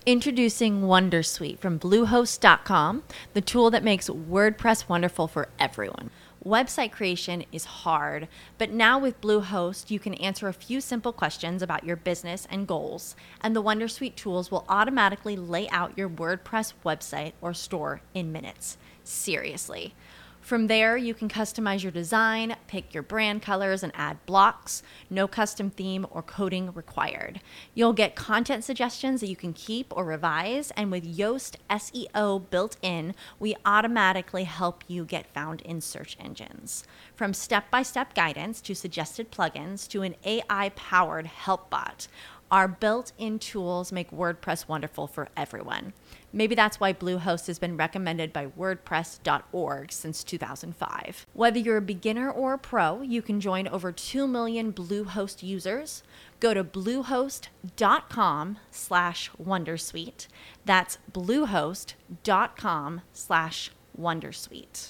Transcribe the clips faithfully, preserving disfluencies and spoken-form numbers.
Introducing Wondersuite from Bluehost dot com, the tool that makes WordPress wonderful for everyone. Website creation is hard, but now with Bluehost, you can answer a few simple questions about your business and goals, and the Wondersuite tools will automatically lay out your WordPress website or store in minutes. Seriously. From there, you can customize your design, pick your brand colors, and add blocks. No custom theme or coding required. You'll get content suggestions that you can keep or revise, and with Yoast S E O built in, we automatically help you get found in search engines. From step-by-step guidance to suggested plugins to an A I-powered help bot, our built-in tools make WordPress wonderful for everyone. Maybe that's why Bluehost has been recommended by WordPress dot org since two thousand five. Whether you're a beginner or a pro, you can join over two million Bluehost users. Go to bluehost dot com slash wondersuite. That's bluehost dot com slash wondersuite.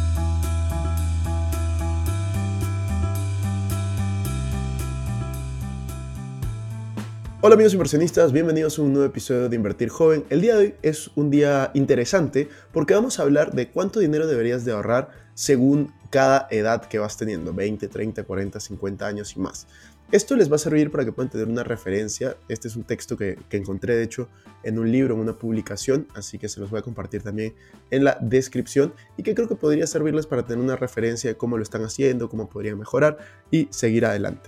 Hola amigos inversionistas, bienvenidos a un nuevo episodio de Invertir Joven. El día de hoy es un día interesante porque vamos a hablar de cuánto dinero deberías de ahorrar según cada edad que vas teniendo, veinte, treinta, cuarenta, cincuenta años y más. Esto les va a servir para que puedan tener una referencia. Este es un texto que, que encontré de hecho en un libro, en una publicación, así que se los voy a compartir también en la descripción y que creo que podría servirles para tener una referencia de cómo lo están haciendo, cómo podrían mejorar y seguir adelante.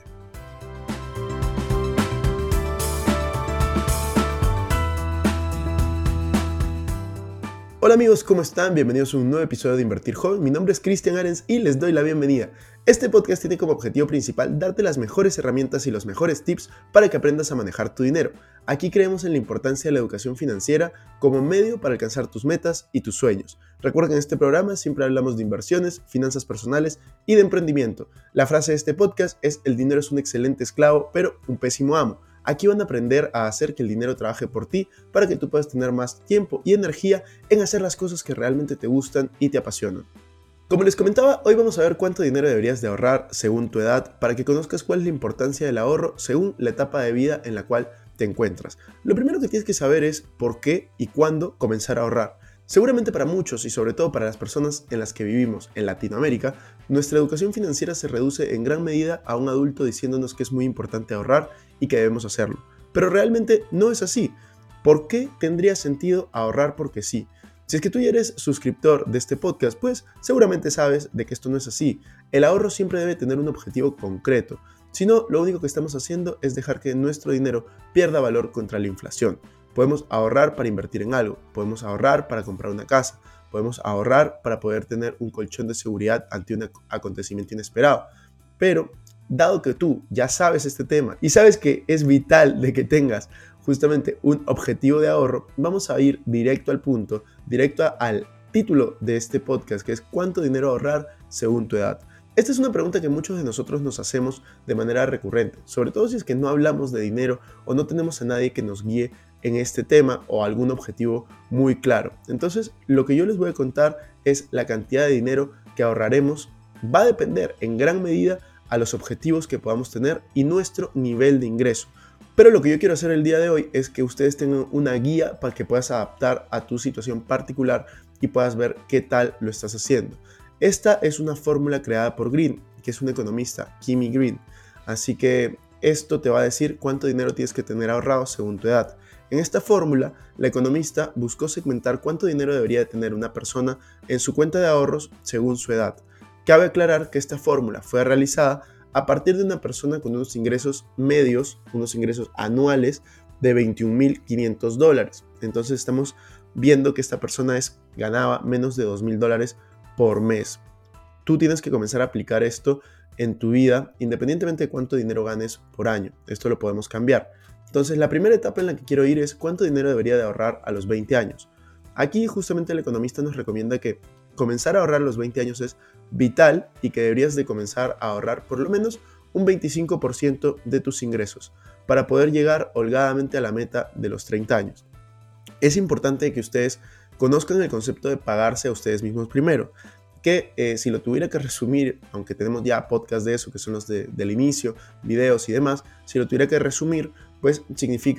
Hola amigos, ¿cómo están? Bienvenidos a un nuevo episodio de Invertir Joven. Mi nombre es Cristian Arens y les doy la bienvenida. Este podcast tiene como objetivo principal darte las mejores herramientas y los mejores tips para que aprendas a manejar tu dinero. Aquí creemos en la importancia de la educación financiera como medio para alcanzar tus metas y tus sueños. Recuerda que en este programa siempre hablamos de inversiones, finanzas personales y de emprendimiento. La frase de este podcast es: el dinero es un excelente esclavo, pero un pésimo amo. Aquí van a aprender a hacer que el dinero trabaje por ti para que tú puedas tener más tiempo y energía en hacer las cosas que realmente te gustan y te apasionan. Como les comentaba, hoy vamos a ver cuánto dinero deberías de ahorrar según tu edad para que conozcas cuál es la importancia del ahorro según la etapa de vida en la cual te encuentras. Lo primero que tienes que saber es por qué y cuándo comenzar a ahorrar. Seguramente para muchos y sobre todo para las personas en las que vivimos en Latinoamérica, nuestra educación financiera se reduce en gran medida a un adulto diciéndonos que es muy importante ahorrar y que debemos hacerlo. Pero realmente no es así. ¿Por qué tendría sentido ahorrar porque sí? Si es que tú ya eres suscriptor de este podcast, pues seguramente sabes de que esto no es así. El ahorro siempre debe tener un objetivo concreto. Si no, lo único que estamos haciendo es dejar que nuestro dinero pierda valor contra la inflación. Podemos ahorrar para invertir en algo, podemos ahorrar para comprar una casa, podemos ahorrar para poder tener un colchón de seguridad ante un acontecimiento inesperado. Pero, dado que tú ya sabes este tema y sabes que es vital de que tengas justamente un objetivo de ahorro, vamos a ir directo al punto, directo al título de este podcast, que es ¿cuánto dinero ahorrar según tu edad? Esta es una pregunta que muchos de nosotros nos hacemos de manera recurrente, sobre todo si es que no hablamos de dinero o no tenemos a nadie que nos guíe en este tema o algún objetivo muy claro. Entonces, lo que yo les voy a contar es la cantidad de dinero que ahorraremos. Va a depender en gran medida a los objetivos que podamos tener y nuestro nivel de ingreso. Pero lo que yo quiero hacer el día de hoy es que ustedes tengan una guía para que puedas adaptar a tu situación particular y puedas ver qué tal lo estás haciendo. Esta es una fórmula creada por Green, que es un economista, Kimi Green. Así que esto te va a decir cuánto dinero tienes que tener ahorrado según tu edad. En esta fórmula, la economista buscó segmentar cuánto dinero debería de tener una persona en su cuenta de ahorros según su edad. Cabe aclarar que esta fórmula fue realizada a partir de una persona con unos ingresos medios, unos ingresos anuales de veintiún mil quinientos dólares. Entonces estamos viendo que esta persona es, ganaba menos de dos mil dólares por mes. Tú tienes que comenzar a aplicar esto en tu vida independientemente de cuánto dinero ganes por año. Esto lo podemos cambiar. Entonces la primera etapa en la que quiero ir es cuánto dinero debería de ahorrar a los veinte años. Aquí justamente el economista nos recomienda que comenzar a ahorrar a los veinte años es vital y que deberías de comenzar a ahorrar por lo menos un veinticinco por ciento de tus ingresos para poder llegar holgadamente a la meta de los treinta años. Es importante que ustedes conozcan el concepto de pagarse a ustedes mismos primero, que eh, si lo tuviera que resumir, aunque tenemos ya podcasts de eso, que son los de, del inicio, videos y demás, si lo tuviera que resumir, pues significa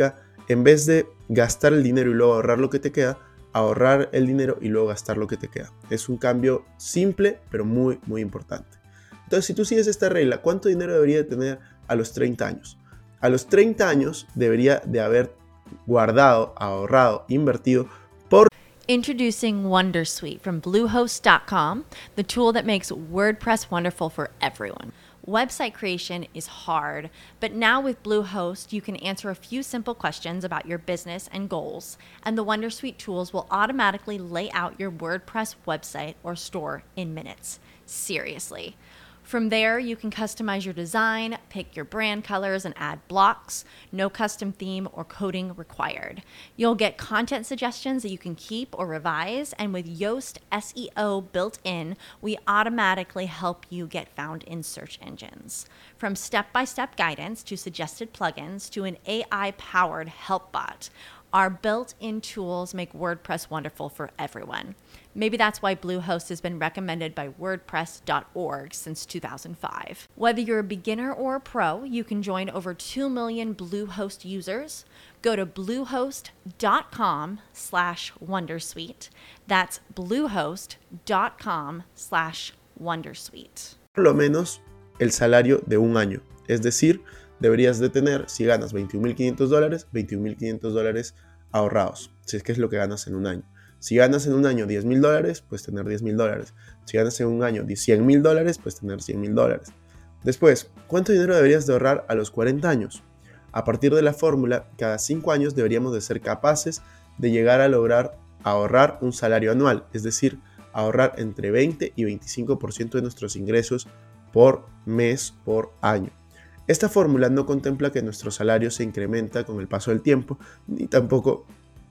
en vez de gastar el dinero y luego ahorrar lo que te queda, ahorrar el dinero y luego gastar lo que te queda. Es un cambio simple, pero muy, muy importante. Entonces, si tú sigues esta regla, ¿cuánto dinero debería de tener a los treinta años? A los treinta años debería de haber guardado, ahorrado, invertido por... Introducing Wondersuite from Bluehost dot com, the tool that makes WordPress wonderful for everyone. Website creation is hard, but now with Bluehost, you can answer a few simple questions about your business and goals, and the Wondersuite tools will automatically lay out your WordPress website or store in minutes. Seriously. From there, you can customize your design, pick your brand colors, and add blocks. No custom theme or coding required. You'll get content suggestions that you can keep or revise, and with Yoast S E O built in, we automatically help you get found in search engines. From step-by-step guidance to suggested plugins to an A I-powered help bot, our built-in tools make WordPress wonderful for everyone. Maybe that's why Bluehost has been recommended by WordPress dot org since two thousand five. Whether you're a beginner or a pro, you can join over two million Bluehost users. Go to bluehost dot com slash wondersuite. That's bluehost dot com slash wondersuite. Por lo menos el salario de un año. Es decir, deberías de tener, si ganas veintiún mil quinientos dólares, veintiún mil quinientos dólares ahorrados, si es que es lo que ganas en un año. Si ganas en un año diez mil dólares, pues tener diez mil dólares. Si ganas en un año cien mil dólares, pues tener cien mil dólares. Después, ¿cuánto dinero deberías de ahorrar a los cuarenta años? A partir de la fórmula, cada cinco años deberíamos de ser capaces de llegar a lograr ahorrar un salario anual, es decir, ahorrar entre veinte y veinticinco por ciento de nuestros ingresos por mes, por año. Esta fórmula no contempla que nuestro salario se incrementa con el paso del tiempo, ni tampoco...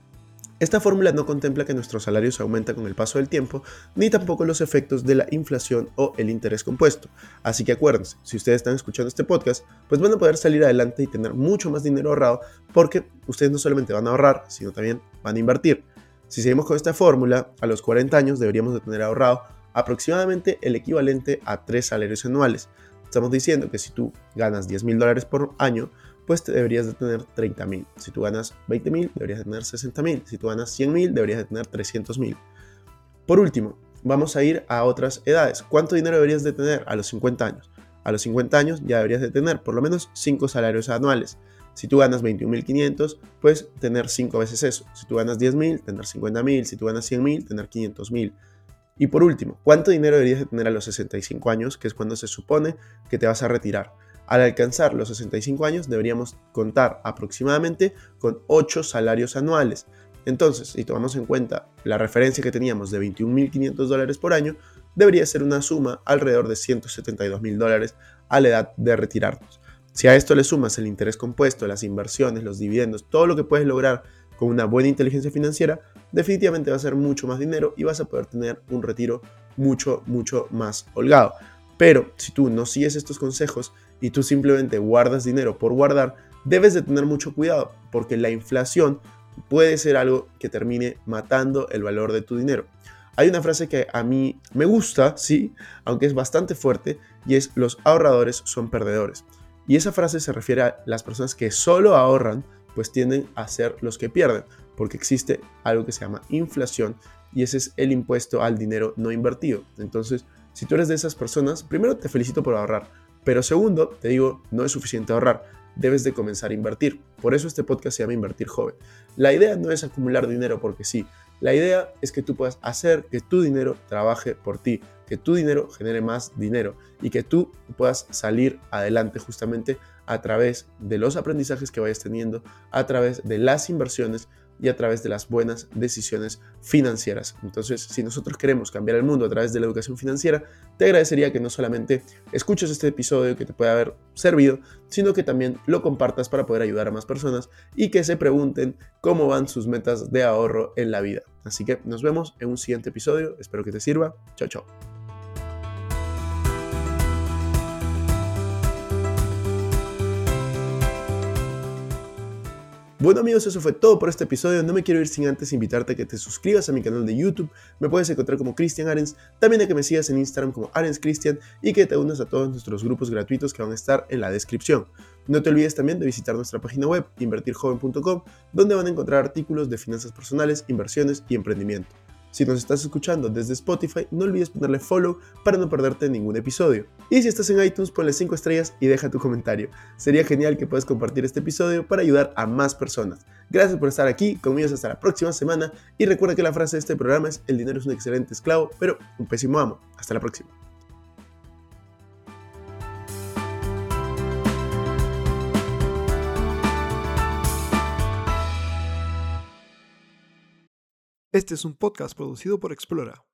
Esta fórmula no contempla que nuestro salario se aumenta con el paso del tiempo, ni tampoco los efectos de la inflación o el interés compuesto. Así que acuérdense, si ustedes están escuchando este podcast, pues van a poder salir adelante y tener mucho más dinero ahorrado, porque ustedes no solamente van a ahorrar, sino también van a invertir. Si seguimos con esta fórmula, a los cuarenta años deberíamos de tener ahorrado aproximadamente el equivalente a tres salarios anuales. Estamos diciendo que si tú ganas diez mil dólares por año, pues te deberías de tener treinta mil. Si tú ganas veinte mil, deberías de tener sesenta mil. Si tú ganas cien mil, deberías de tener trescientos mil. Por último, vamos a ir a otras edades. ¿Cuánto dinero deberías de tener a los cincuenta años? A los cincuenta años ya deberías de tener por lo menos cinco salarios anuales. Si tú ganas veintiún mil quinientos, pues tener cinco veces eso. Si tú ganas diez mil, tener cincuenta mil. Si tú ganas cien mil, tener quinientos mil. Y por último, ¿cuánto dinero deberías de tener a los sesenta y cinco años, que es cuando se supone que te vas a retirar? Al alcanzar los sesenta y cinco años deberíamos contar aproximadamente con ocho salarios anuales. Entonces, si tomamos en cuenta la referencia que teníamos de veintiún mil quinientos dólares por año, debería ser una suma alrededor de ciento setenta y dos mil dólares a la edad de retirarnos. Si a esto le sumas el interés compuesto, las inversiones, los dividendos, todo lo que puedes lograr con una buena inteligencia financiera, definitivamente va a ser mucho más dinero y vas a poder tener un retiro mucho, mucho más holgado. Pero si tú no sigues estos consejos y tú simplemente guardas dinero por guardar, debes de tener mucho cuidado, porque la inflación puede ser algo que termine matando el valor de tu dinero. Hay una frase que a mí me gusta, sí, aunque es bastante fuerte, y es: los ahorradores son perdedores. Y esa frase se refiere a las personas que solo ahorran, pues tienden a ser los que pierden, porque existe algo que se llama inflación, y ese es el impuesto al dinero no invertido. Entonces, si tú eres de esas personas, primero te felicito por ahorrar, pero segundo, te digo, no es suficiente ahorrar, debes de comenzar a invertir. Por eso este podcast se llama Invertir Joven. La idea no es acumular dinero porque sí, la idea es que tú puedas hacer que tu dinero trabaje por ti, que tu dinero genere más dinero y que tú puedas salir adelante justamente a través de los aprendizajes que vayas teniendo, a través de las inversiones y a través de las buenas decisiones financieras. Entonces, si nosotros queremos cambiar el mundo a través de la educación financiera, te agradecería que no solamente escuches este episodio que te puede haber servido, sino que también lo compartas para poder ayudar a más personas y que se pregunten cómo van sus metas de ahorro en la vida. Así que nos vemos en un siguiente episodio. Espero que te sirva. Chao, chao. Bueno amigos, eso fue todo por este episodio. No me quiero ir sin antes invitarte a que te suscribas a mi canal de YouTube. Me puedes encontrar como Cristian Arens, también a que me sigas en Instagram como Arens Cristian y que te unas a todos nuestros grupos gratuitos que van a estar en la descripción. No te olvides también de visitar nuestra página web invertir joven punto com, donde van a encontrar artículos de finanzas personales, inversiones y emprendimiento. Si nos estás escuchando desde Spotify, no olvides ponerle follow para no perderte ningún episodio. Y si estás en iTunes, ponle cinco estrellas y deja tu comentario. Sería genial que puedas compartir este episodio para ayudar a más personas. Gracias por estar aquí, conmigo hasta la próxima semana. Y recuerda que la frase de este programa es: el dinero es un excelente esclavo, pero un pésimo amo. Hasta la próxima. Este es un podcast producido por Explora.